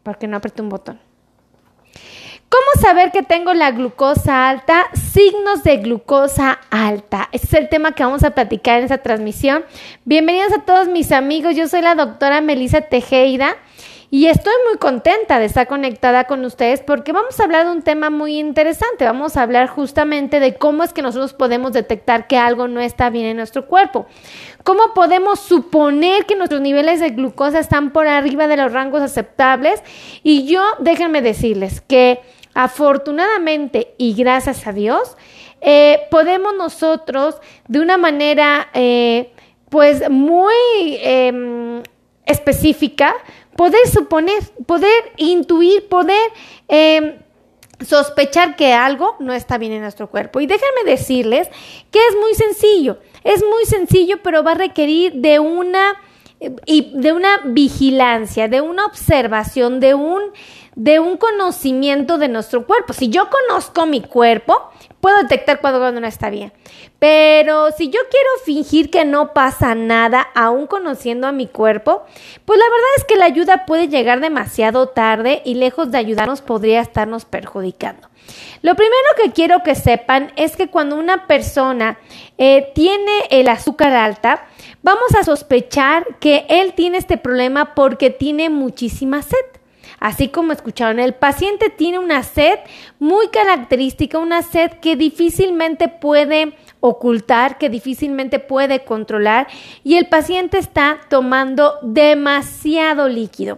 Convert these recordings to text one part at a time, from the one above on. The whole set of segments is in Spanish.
porque no apreté un botón. ¿Cómo saber que tengo la glucosa alta? Signos de glucosa alta. Ese es el tema que vamos a platicar en esta transmisión. Bienvenidos a todos mis amigos. Yo soy la doctora Melissa Tejeda y estoy muy contenta de estar conectada con ustedes porque vamos a hablar de un tema muy interesante. Vamos a hablar justamente de cómo es que nosotros podemos detectar que algo no está bien en nuestro cuerpo. ¿Cómo podemos suponer que nuestros niveles de glucosa están por arriba de los rangos aceptables? Y déjenme decirles que afortunadamente y gracias a Dios, podemos nosotros de una manera pues muy específica poder suponer, poder intuir, poder sospechar que algo no está bien en nuestro cuerpo. Y déjenme decirles que es muy sencillo, pero va a requerir de una vigilancia, de una observación, de un conocimiento de nuestro cuerpo. Si yo conozco mi cuerpo, puedo detectar cuando no está bien. Pero si yo quiero fingir que no pasa nada, aún conociendo a mi cuerpo, pues la verdad es que la ayuda puede llegar demasiado tarde y lejos de ayudarnos podría estarnos perjudicando. Lo primero que quiero que sepan es que cuando una persona tiene el azúcar alta, vamos a sospechar que él tiene este problema porque tiene muchísima sed. Así como escucharon, el paciente tiene una sed muy característica, una sed que difícilmente puede ocultar, que difícilmente puede controlar, y el paciente está tomando demasiado líquido.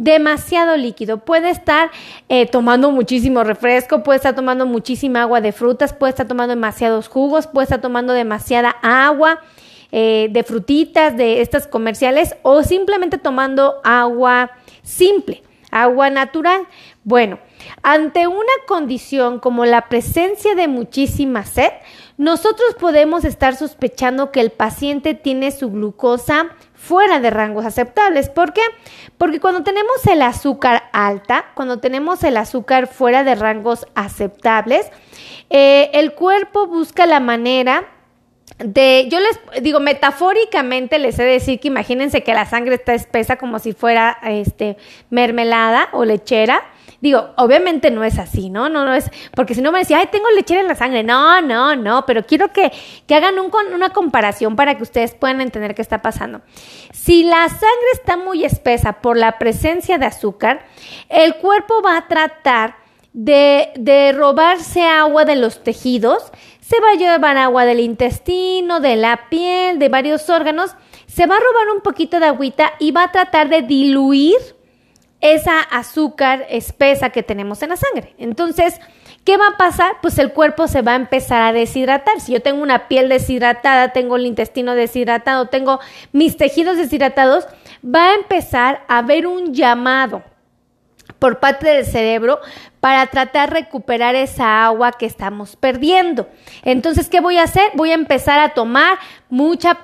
Puede estar tomando muchísimo refresco, puede estar tomando muchísima agua de frutas, puede estar tomando demasiados jugos, puede estar tomando demasiada agua de frutitas, de estas comerciales, o simplemente tomando agua simple. Agua natural. Bueno, ante una condición como la presencia de muchísima sed, nosotros podemos estar sospechando que el paciente tiene su glucosa fuera de rangos aceptables. ¿Por qué? Porque cuando tenemos el azúcar alta, cuando tenemos el azúcar fuera de rangos aceptables, el cuerpo busca la manera yo les digo, metafóricamente les he de decir que imagínense que la sangre está espesa como si fuera mermelada o lechera. Digo, obviamente no es así, ¿no? No es, porque si no me decía, ay, tengo lechera en la sangre. No, pero quiero que hagan una comparación para que ustedes puedan entender qué está pasando. Si la sangre está muy espesa por la presencia de azúcar, el cuerpo va a tratar de robarse agua de los tejidos. Se va a llevar agua del intestino, de la piel, de varios órganos. Se va a robar un poquito de agüita y va a tratar de diluir esa azúcar espesa que tenemos en la sangre. Entonces, ¿qué va a pasar? Pues el cuerpo se va a empezar a deshidratar. Si yo tengo una piel deshidratada, tengo el intestino deshidratado, tengo mis tejidos deshidratados, va a empezar a haber un llamado por parte del cerebro para tratar de recuperar esa agua que estamos perdiendo. Entonces, ¿qué voy a hacer? Voy a empezar a tomar mucha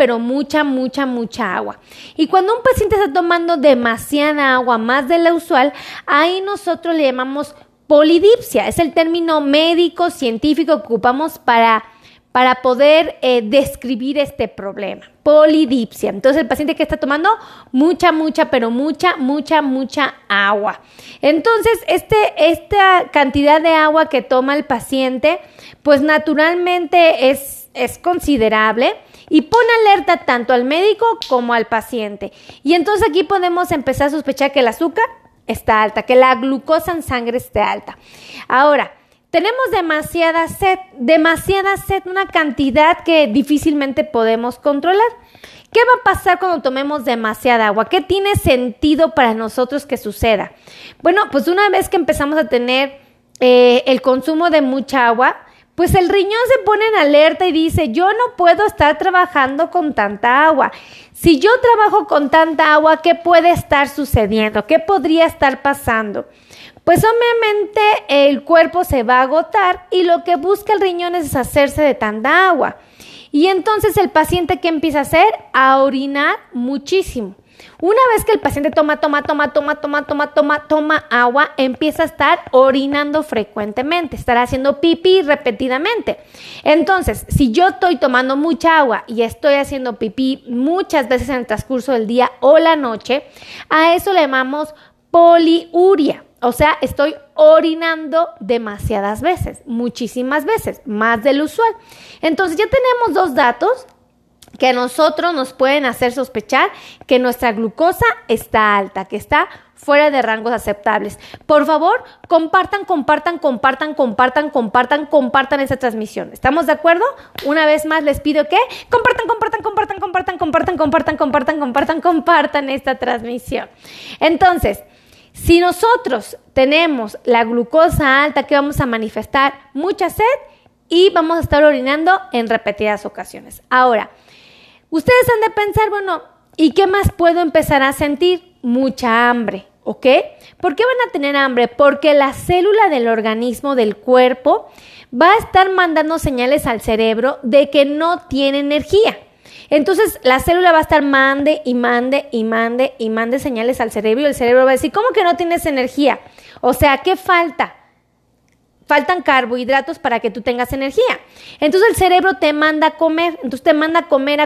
agua. Y cuando un paciente está tomando demasiada agua, más de la usual, ahí nosotros le llamamos polidipsia. Es el término médico, científico que ocupamos para poder describir este problema, polidipsia. Entonces, el paciente que está tomando mucha agua. Entonces, esta cantidad de agua que toma el paciente, pues naturalmente es considerable y pone alerta tanto al médico como al paciente. Y entonces aquí podemos empezar a sospechar que el azúcar está alta, que la glucosa en sangre esté alta. Ahora, tenemos demasiada sed, una cantidad que difícilmente podemos controlar. ¿Qué va a pasar cuando tomemos demasiada agua? ¿Qué tiene sentido para nosotros que suceda? Bueno, pues una vez que empezamos a tener el consumo de mucha agua, pues el riñón se pone en alerta y dice, yo no puedo estar trabajando con tanta agua. Si yo trabajo con tanta agua, ¿qué puede estar sucediendo? ¿Qué podría estar pasando? Pues obviamente el cuerpo se va a agotar y lo que busca el riñón es deshacerse de tanta agua. Y entonces el paciente, ¿qué empieza a hacer? A orinar muchísimo. Una vez que el paciente toma agua, empieza a estar orinando frecuentemente, estará haciendo pipí repetidamente. Entonces, si yo estoy tomando mucha agua y estoy haciendo pipí muchas veces en el transcurso del día o la noche, a eso le llamamos poliuria, o sea, estoy orinando demasiadas veces, muchísimas veces, más del usual. Entonces ya tenemos dos datos que a nosotros nos pueden hacer sospechar que nuestra glucosa está alta, que está fuera de rangos aceptables. Por favor, compartan esta transmisión. ¿Estamos de acuerdo? Una vez más les pido que compartan esta transmisión. Entonces, si nosotros tenemos la glucosa alta, ¿qué vamos a manifestar? Mucha sed y vamos a estar orinando en repetidas ocasiones. Ahora, ustedes han de pensar, bueno, ¿y qué más puedo empezar a sentir? Mucha hambre, ¿ok? ¿Por qué van a tener hambre? Porque la célula del organismo, del cuerpo, va a estar mandando señales al cerebro de que no tiene energía. Entonces, la célula va a estar mande señales al cerebro y el cerebro va a decir, ¿cómo que no tienes energía? O sea, ¿qué falta? Faltan carbohidratos para que tú tengas energía. Entonces el cerebro te manda a comer, entonces te manda a comer.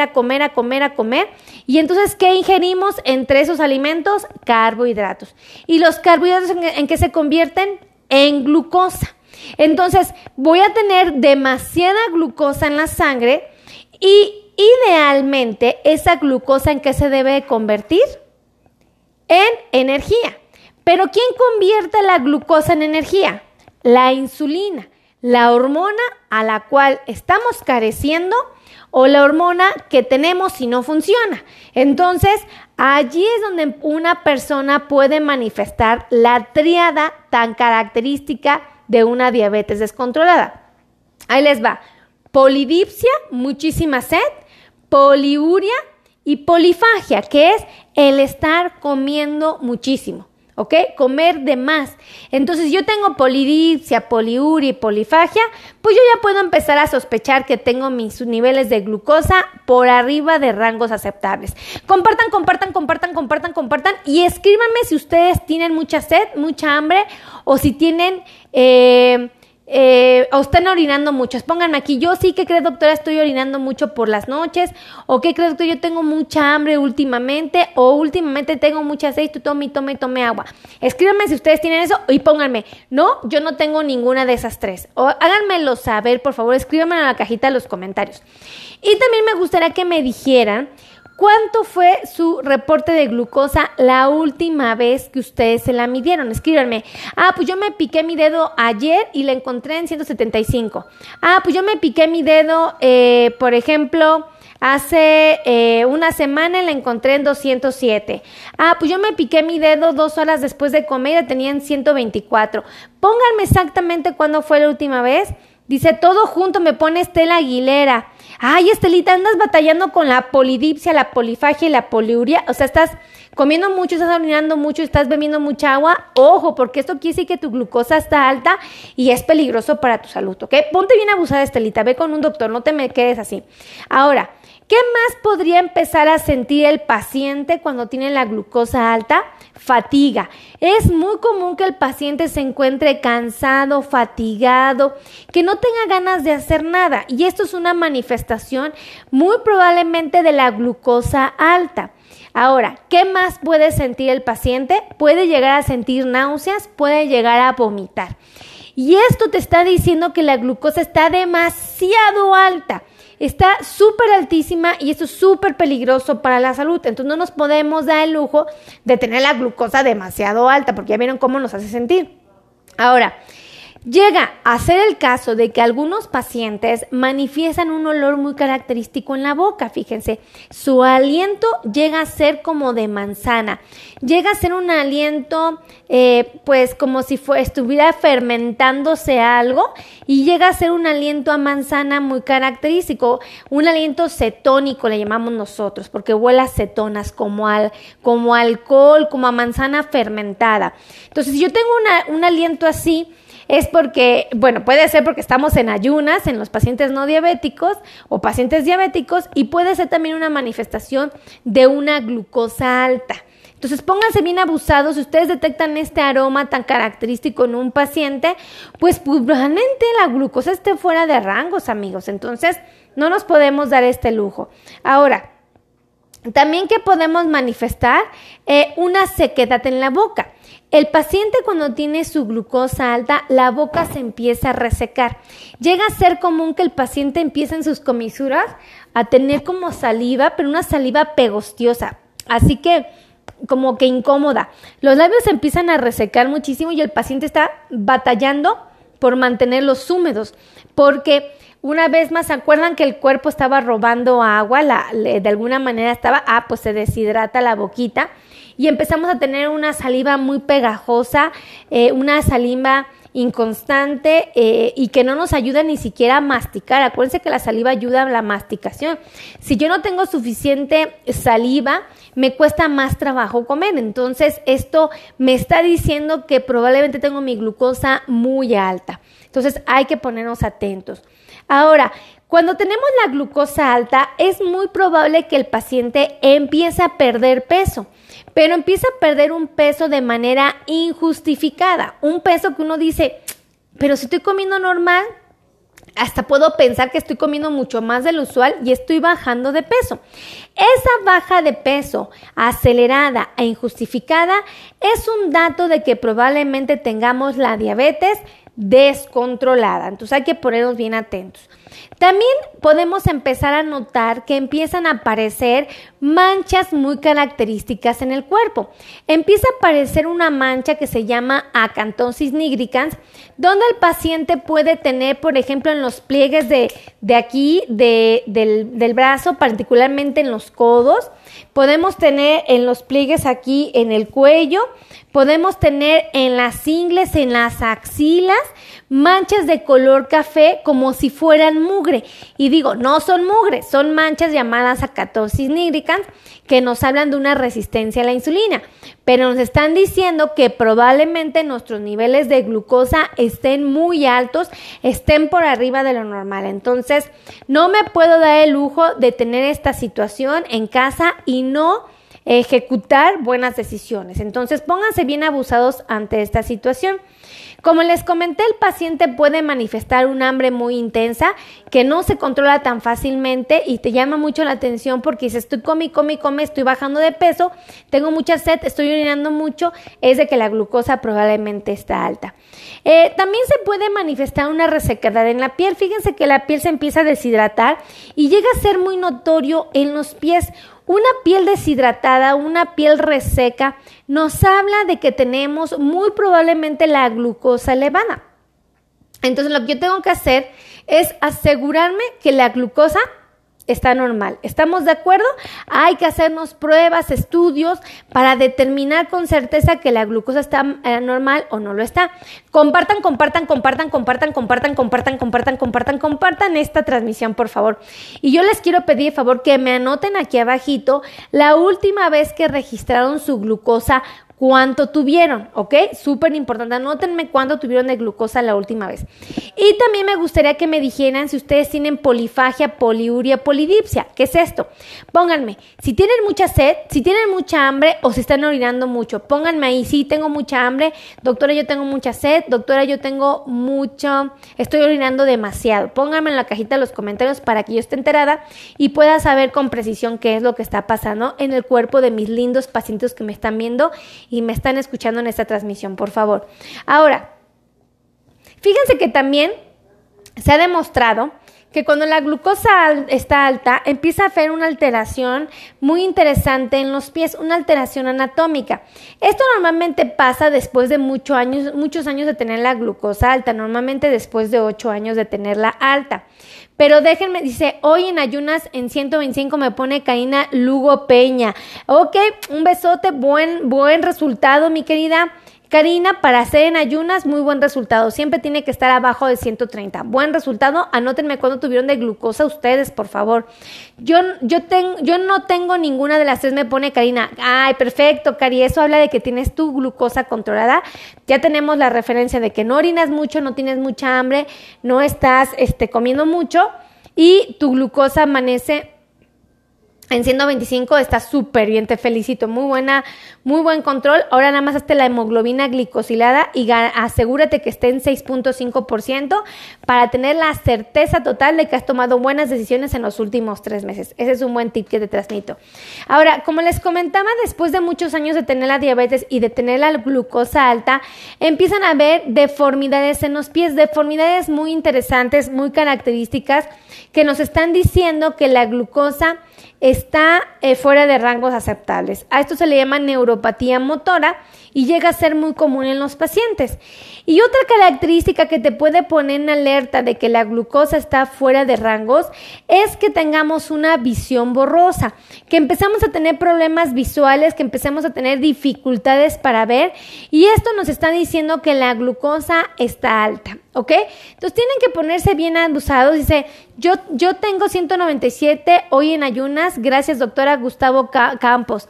Y entonces, ¿qué ingerimos entre esos alimentos? Carbohidratos. ¿Y los carbohidratos en qué se convierten? En glucosa. Entonces voy a tener demasiada glucosa en la sangre y idealmente esa glucosa ¿en qué se debe convertir? En energía. ¿Pero quién convierte la glucosa en energía? La insulina, la hormona a la cual estamos careciendo o la hormona que tenemos y no funciona. Entonces, allí es donde una persona puede manifestar la tríada tan característica de una diabetes descontrolada. Ahí les va. Polidipsia, muchísima sed, poliuria y polifagia, que es el estar comiendo muchísimo. ¿Ok? Comer de más. Entonces, yo tengo polidipsia, poliuria y polifagia, pues yo ya puedo empezar a sospechar que tengo mis niveles de glucosa por arriba de rangos aceptables. Compartan y escríbanme si ustedes tienen mucha sed, mucha hambre o si tienen... o están orinando mucho. Pónganme aquí, yo sí, ¿qué cree, doctora? Estoy orinando mucho por las noches. O ¿qué cree, doctora? Yo tengo mucha hambre últimamente. O últimamente tengo mucha sed. Tú tome agua. Escríbanme si ustedes tienen eso y pónganme, no, yo no tengo ninguna de esas tres. O háganmelo saber, por favor, escríbanme en la cajita de los comentarios. Y también me gustaría que me dijeran ¿cuánto fue su reporte de glucosa la última vez que ustedes se la midieron? Escríbanme. Pues yo me piqué mi dedo ayer y la encontré en 175. Pues yo me piqué mi dedo, por ejemplo, hace una semana y la encontré en 207. Pues yo me piqué mi dedo 2 horas después de comer y la tenía en 124. Pónganme exactamente cuándo fue la última vez. Dice, todo junto, me pone Estela Aguilera. Estelita, andas batallando con la polidipsia, la polifagia y la poliuria. O sea, estás comiendo mucho, estás orinando mucho, estás bebiendo mucha agua. Ojo, porque esto quiere decir que tu glucosa está alta y es peligroso para tu salud, ¿ok? Ponte bien abusada, Estelita, ve con un doctor, no te me quedes así. Ahora, ¿qué más podría empezar a sentir el paciente cuando tiene la glucosa alta? Fatiga. Es muy común que el paciente se encuentre cansado, fatigado, que no tenga ganas de hacer nada. Y esto es una manifestación muy probablemente de la glucosa alta. Ahora, ¿qué más puede sentir el paciente? Puede llegar a sentir náuseas, puede llegar a vomitar. Y esto te está diciendo que la glucosa está demasiado alta. Está súper altísima y esto es súper peligroso para la salud. Entonces no nos podemos dar el lujo de tener la glucosa demasiado alta porque ya vieron cómo nos hace sentir. Ahora, llega a ser el caso de que algunos pacientes manifiestan un olor muy característico en la boca, fíjense, su aliento llega a ser como de manzana, llega a ser un aliento pues como si estuviera fermentándose algo y llega a ser un aliento a manzana muy característico, un aliento cetónico le llamamos nosotros, porque huele a cetonas como alcohol, como a manzana fermentada. Entonces, si yo tengo un aliento así, es porque, puede ser porque estamos en ayunas en los pacientes no diabéticos o pacientes diabéticos y puede ser también una manifestación de una glucosa alta. Entonces, pónganse bien abusados. Si ustedes detectan este aroma tan característico en un paciente, pues probablemente la glucosa esté fuera de rangos, amigos. Entonces, no nos podemos dar este lujo. Ahora, También que podemos manifestar una sequedad en la boca. El paciente cuando tiene su glucosa alta, la boca se empieza a resecar. Llega a ser común que el paciente empiece en sus comisuras a tener como saliva, pero una saliva pegostiosa. Así que como que incómoda. Los labios se empiezan a resecar muchísimo y el paciente está batallando por mantenerlos húmedos. Porque una vez más, ¿se acuerdan que el cuerpo estaba robando agua? De alguna manera estaba, pues se deshidrata la boquita. Y empezamos a tener una saliva muy pegajosa, una saliva inconstante y que no nos ayuda ni siquiera a masticar. Acuérdense que la saliva ayuda a la masticación. Si yo no tengo suficiente saliva, me cuesta más trabajo comer. Entonces, esto me está diciendo que probablemente tengo mi glucosa muy alta. Entonces, hay que ponernos atentos. Ahora, cuando tenemos la glucosa alta, es muy probable que el paciente empiece a perder peso. Pero empieza a perder un peso de manera injustificada, un peso que uno dice, pero si estoy comiendo normal, hasta puedo pensar que estoy comiendo mucho más de lo usual y estoy bajando de peso. Esa baja de peso acelerada e injustificada es un dato de que probablemente tengamos la diabetes descontrolada. Entonces hay que ponernos bien atentos. También podemos empezar a notar que empiezan a aparecer manchas muy características en el cuerpo. Empieza a aparecer una mancha que se llama acantosis nigricans, donde el paciente puede tener, por ejemplo, en los pliegues de aquí, del brazo, particularmente en los codos. Podemos tener en los pliegues aquí en el cuello. Podemos tener en las ingles, en las axilas, manchas de color café como si fueran mugre. Y digo, no son mugre, son manchas llamadas acantosis nigricans que nos hablan de una resistencia a la insulina. Pero nos están diciendo que probablemente nuestros niveles de glucosa estén muy altos, estén por arriba de lo normal. Entonces, no me puedo dar el lujo de tener esta situación en casa y no ejecutar buenas decisiones. Entonces, pónganse bien abusados ante esta situación. Como les comenté, el paciente puede manifestar un hambre muy intensa que no se controla tan fácilmente y te llama mucho la atención porque dices, estoy come, estoy bajando de peso, tengo mucha sed, estoy orinando mucho, es de que la glucosa probablemente está alta. También se puede manifestar una resequedad en la piel. Fíjense que la piel se empieza a deshidratar y llega a ser muy notorio en los pies. Una piel deshidratada, una piel reseca, nos habla de que tenemos muy probablemente la glucosa elevada. Entonces, lo que yo tengo que hacer es asegurarme que la glucosa está normal. ¿Estamos de acuerdo? Hay que hacernos pruebas, estudios para determinar con certeza que la glucosa está normal o no lo está. Compartan esta transmisión, por favor. Y yo les quiero pedir, por favor, que me anoten aquí abajito la última vez que registraron su glucosa, cuánto tuvieron, ¿ok? Súper importante, anótenme cuánto tuvieron de glucosa la última vez. Y también me gustaría que me dijeran si ustedes tienen polifagia, poliuria, polidipsia. ¿Qué es esto? Pónganme, si tienen mucha sed, si tienen mucha hambre o si están orinando mucho. Pónganme ahí, sí, tengo mucha hambre, doctora, yo tengo mucha sed, doctora, yo tengo estoy orinando demasiado. Pónganme en la cajita de los comentarios para que yo esté enterada y pueda saber con precisión qué es lo que está pasando en el cuerpo de mis lindos pacientes que me están viendo y me están escuchando en esta transmisión, por favor. Ahora, fíjense que también se ha demostrado que cuando la glucosa está alta, empieza a haber una alteración muy interesante en los pies, una alteración anatómica. Esto normalmente pasa después de muchos años de tener la glucosa alta, normalmente después de 8 años de tenerla alta. Pero déjenme, dice, hoy en ayunas en 125 me pone Karina Lugo Peña. Ok, un besote, buen resultado, mi querida Karina, para hacer en ayunas, muy buen resultado. Siempre tiene que estar abajo de 130. Buen resultado. Anótenme cuánto tuvieron de glucosa ustedes, por favor. Yo no tengo ninguna de las tres, me pone Karina. Ay, perfecto, Cari. Eso habla de que tienes tu glucosa controlada. Ya tenemos la referencia de que no orinas mucho, no tienes mucha hambre, no estás comiendo mucho y tu glucosa amanece En 125 está súper bien, te felicito, muy buen control. Ahora nada más hazte la hemoglobina glicosilada y asegúrate que esté en 6.5% para tener la certeza total de que has tomado buenas decisiones en los últimos 3 meses. Ese es un buen tip que te transmito. Ahora, como les comentaba, después de muchos años de tener la diabetes y de tener la glucosa alta, empiezan a haber deformidades en los pies, deformidades muy interesantes, muy características, que nos están diciendo que la glucosa está fuera de rangos aceptables. A esto se le llama neuropatía motora y llega a ser muy común en los pacientes. Y otra característica que te puede poner en alerta de que la glucosa está fuera de rangos es que tengamos una visión borrosa, que empezamos a tener problemas visuales, que empecemos a tener dificultades para ver, y esto nos está diciendo que la glucosa está alta, ¿ok? Entonces tienen que ponerse bien abusados. Dice, yo tengo 197 hoy en ayunas, gracias doctora Gustavo Campos.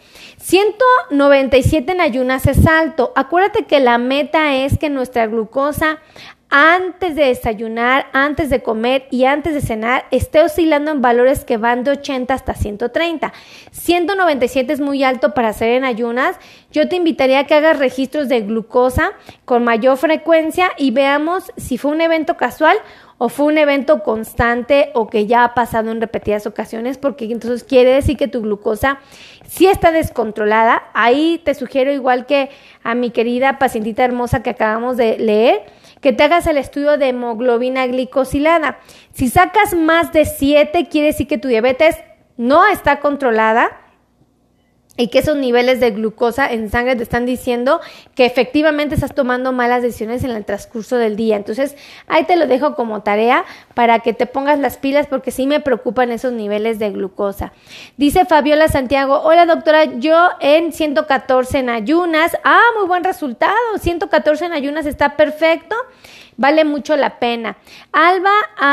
197 en ayunas es alto. Acuérdate que la meta es que nuestra glucosa antes de desayunar, antes de comer y antes de cenar esté oscilando en valores que van de 80 hasta 130. 197 es muy alto para hacer en ayunas. Yo te invitaría a que hagas registros de glucosa con mayor frecuencia y veamos si fue un evento casual o fue un evento constante o que ya ha pasado en repetidas ocasiones, porque entonces quiere decir que tu glucosa sí está descontrolada. Ahí te sugiero, igual que a mi querida pacientita hermosa que acabamos de leer, que te hagas el estudio de hemoglobina glicosilada. Si sacas más de 7, quiere decir que tu diabetes no está controlada y que esos niveles de glucosa en sangre te están diciendo que efectivamente estás tomando malas decisiones en el transcurso del día. Entonces, ahí te lo dejo como tarea para que te pongas las pilas, porque sí me preocupan esos niveles de glucosa. Dice Fabiola Santiago, hola doctora, yo en 114 en ayunas. Muy buen resultado, 114 en ayunas está perfecto. Vale mucho la pena. Alba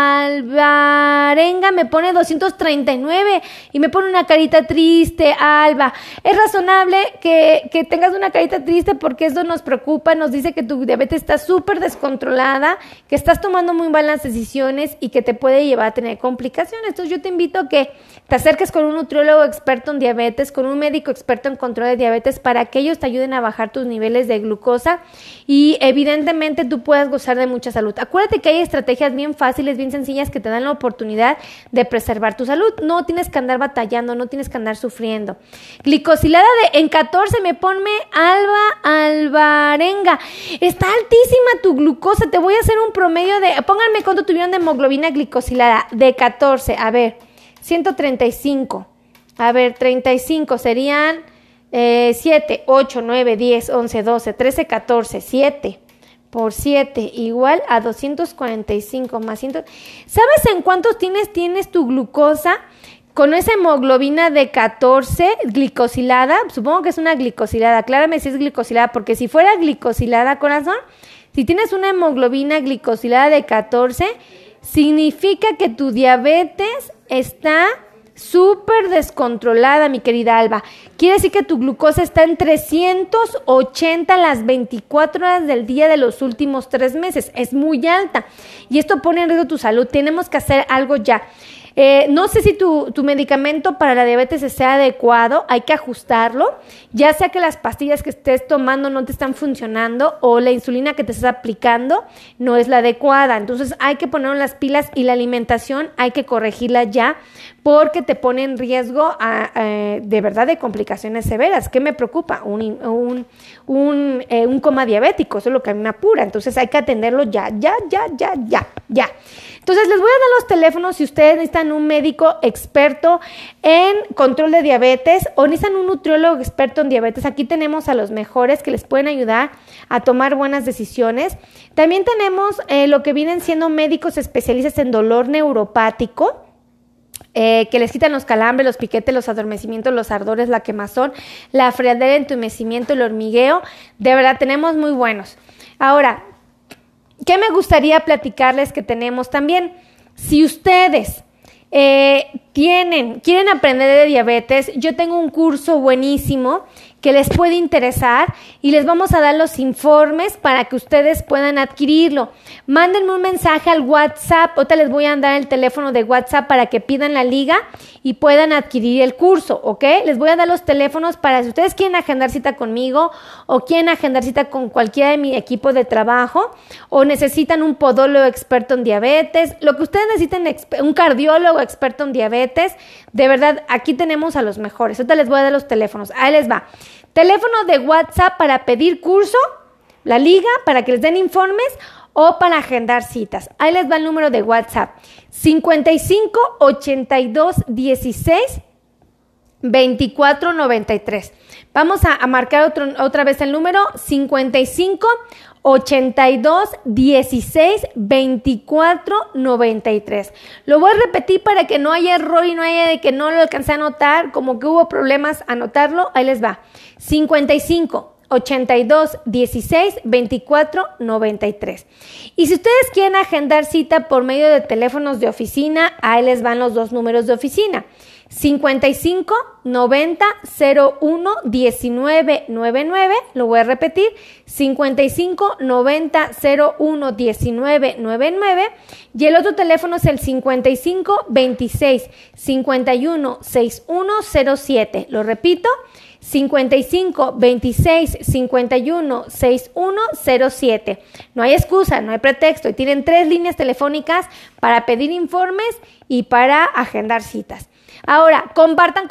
Alvarenga me pone 239 y me pone una carita triste. Alba, es razonable que tengas una carita triste porque eso nos preocupa, nos dice que tu diabetes está súper descontrolada, que estás tomando muy malas decisiones y que te puede llevar a tener complicaciones. Entonces yo te invito a que te acerques con un nutriólogo experto en diabetes, con un médico experto en control de diabetes, para que ellos te ayuden a bajar tus niveles de glucosa y evidentemente tú puedas gozar de mucha salud. Acuérdate que hay estrategias bien fáciles, bien sencillas que te dan la oportunidad de preservar tu salud. No tienes que andar batallando, no tienes que andar sufriendo. Glicosilada en 14 me ponme Alba Alvarenga. Está altísima tu glucosa. Te voy a hacer un promedio de, pónganme cuánto tuvieron de hemoglobina glicosilada. De 14, a ver, 135. A ver, 35 serían 7, 8, 9, 10, 11, 12, 13, 14, 7 por 7 igual a 245 más 100. ¿Sabes en cuántos tienes tu glucosa con esa hemoglobina de 14 glicosilada? Supongo que es una glicosilada. Aclárame si es glicosilada, porque si fuera glicosilada, corazón, si tienes una hemoglobina glicosilada de 14, significa que tu diabetes está súper descontrolada, mi querida Alba. Quiere decir que tu glucosa está en 380 las 24 horas del día de los últimos 3 meses. Es muy alta y esto pone en riesgo tu salud. Tenemos que hacer algo ya. No sé si tu medicamento para la diabetes sea adecuado, hay que ajustarlo, ya sea que las pastillas que estés tomando no te están funcionando o la insulina que te estás aplicando no es la adecuada. Entonces hay que poner las pilas y la alimentación hay que corregirla ya, porque te pone en riesgo de verdad de complicaciones severas. ¿Qué me preocupa? Un coma diabético, eso es lo que a mí me apura. Entonces hay que atenderlo ya. Entonces les voy a dar los teléfonos si ustedes necesitan un médico experto en control de diabetes o necesitan un nutriólogo experto en diabetes. Aquí tenemos a los mejores que les pueden ayudar a tomar buenas decisiones. También tenemos lo que vienen siendo médicos especialistas en dolor neuropático, que les quitan los calambres, los piquetes, los adormecimientos, los ardores, la quemazón, la frialdera, el entumecimiento, el hormigueo. De verdad, tenemos muy buenos. Ahora, ¿qué me gustaría platicarles que tenemos también? Si ustedes quieren aprender de diabetes, yo tengo un curso buenísimo que les puede interesar y les vamos a dar los informes para que ustedes puedan adquirirlo. Mándenme un mensaje al WhatsApp. Ahorita les voy a dar el teléfono de WhatsApp para que pidan la liga y puedan adquirir el curso, ¿ok? Les voy a dar los teléfonos para si ustedes quieren agendar cita conmigo o quieren agendar cita con cualquiera de mi equipo de trabajo o necesitan un podólogo experto en diabetes, lo que ustedes necesiten, un cardiólogo experto en diabetes, de verdad, aquí tenemos a los mejores. Ahorita les voy a dar los teléfonos. Ahí les va. Teléfono de WhatsApp para pedir curso, la liga, para que les den informes o para agendar citas. Ahí les va el número de WhatsApp. 55 82 16 24 93. Vamos a marcar otra vez el número 55 82 16 24 93. Lo voy a repetir para que no haya error y no haya de que no lo alcancé a anotar, como que hubo problemas a anotarlo. Ahí les va. 55 82 16 24 93. Y si ustedes quieren agendar cita por medio de teléfonos de oficina, ahí les van los dos números de oficina. 55 90 01 19 99, lo voy a repetir, 55 90 01 19 99, y el otro teléfono es el 55 26 51 61 07, lo repito, 55 26 51 61 07. No hay excusa, no hay pretexto, y tienen 3 líneas telefónicas para pedir informes y para agendar citas. Ahora, compartan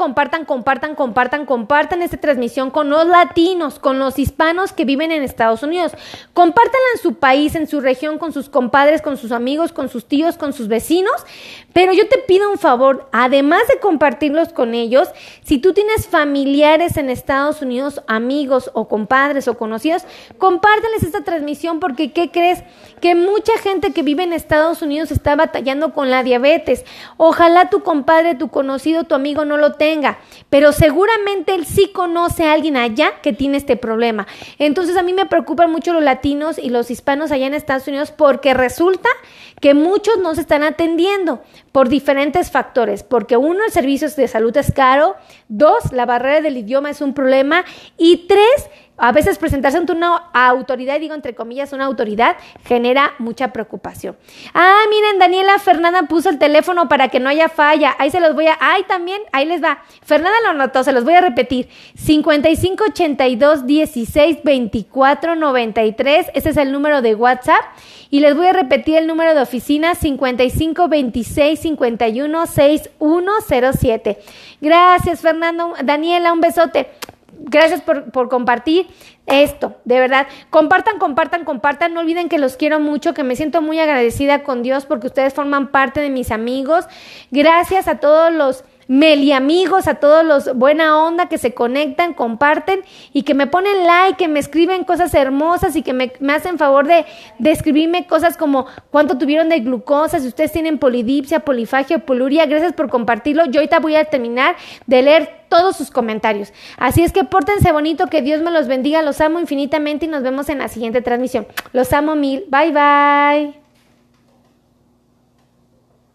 esta transmisión con los latinos, con los hispanos que viven en Estados Unidos. Compártanla en su país, en su región, con sus compadres, con sus amigos, con sus tíos, con sus vecinos. Pero yo te pido un favor, además de compartirlos con ellos, si tú tienes familiares en Estados Unidos, amigos o compadres o conocidos, compárteles esta transmisión porque ¿qué crees? Que mucha gente que vive en Estados Unidos está batallando con la diabetes. Ojalá tu compadre, tu conocido, tu amigo no lo tenga, pero seguramente él sí conoce a alguien allá que tiene este problema. Entonces a mí me preocupan mucho los latinos y los hispanos allá en Estados Unidos porque resulta que muchos no se están atendiendo por diferentes factores, porque 1, el servicio de salud es caro, 2, la barrera del idioma es un problema, y 3, a veces presentarse ante una autoridad, digo entre comillas una autoridad, genera mucha preocupación. Miren, Daniela Fernanda puso el teléfono para que no haya falla. Ahí se los voy a... también, ahí les va. Fernanda lo anotó, se los voy a repetir. 55 82 16 24 93. Ese es el número de WhatsApp. Y les voy a repetir el número de oficina, 55 26 51 61 07. Gracias, Fernanda. Daniela, un besote. Gracias por compartir esto, de verdad. Compartan. No olviden que los quiero mucho, que me siento muy agradecida con Dios porque ustedes forman parte de mis amigos. Gracias a todos los Meli amigos, a todos los buena onda que se conectan, comparten y que me ponen like, que me escriben cosas hermosas y que me hacen favor de escribirme cosas como cuánto tuvieron de glucosa, si ustedes tienen polidipsia, polifagia o poluria. Gracias por compartirlo. Yo ahorita voy a terminar de leer todos sus comentarios. Así es que pórtense bonito, que Dios me los bendiga. Los amo infinitamente y nos vemos en la siguiente transmisión. Los amo mil. Bye, bye.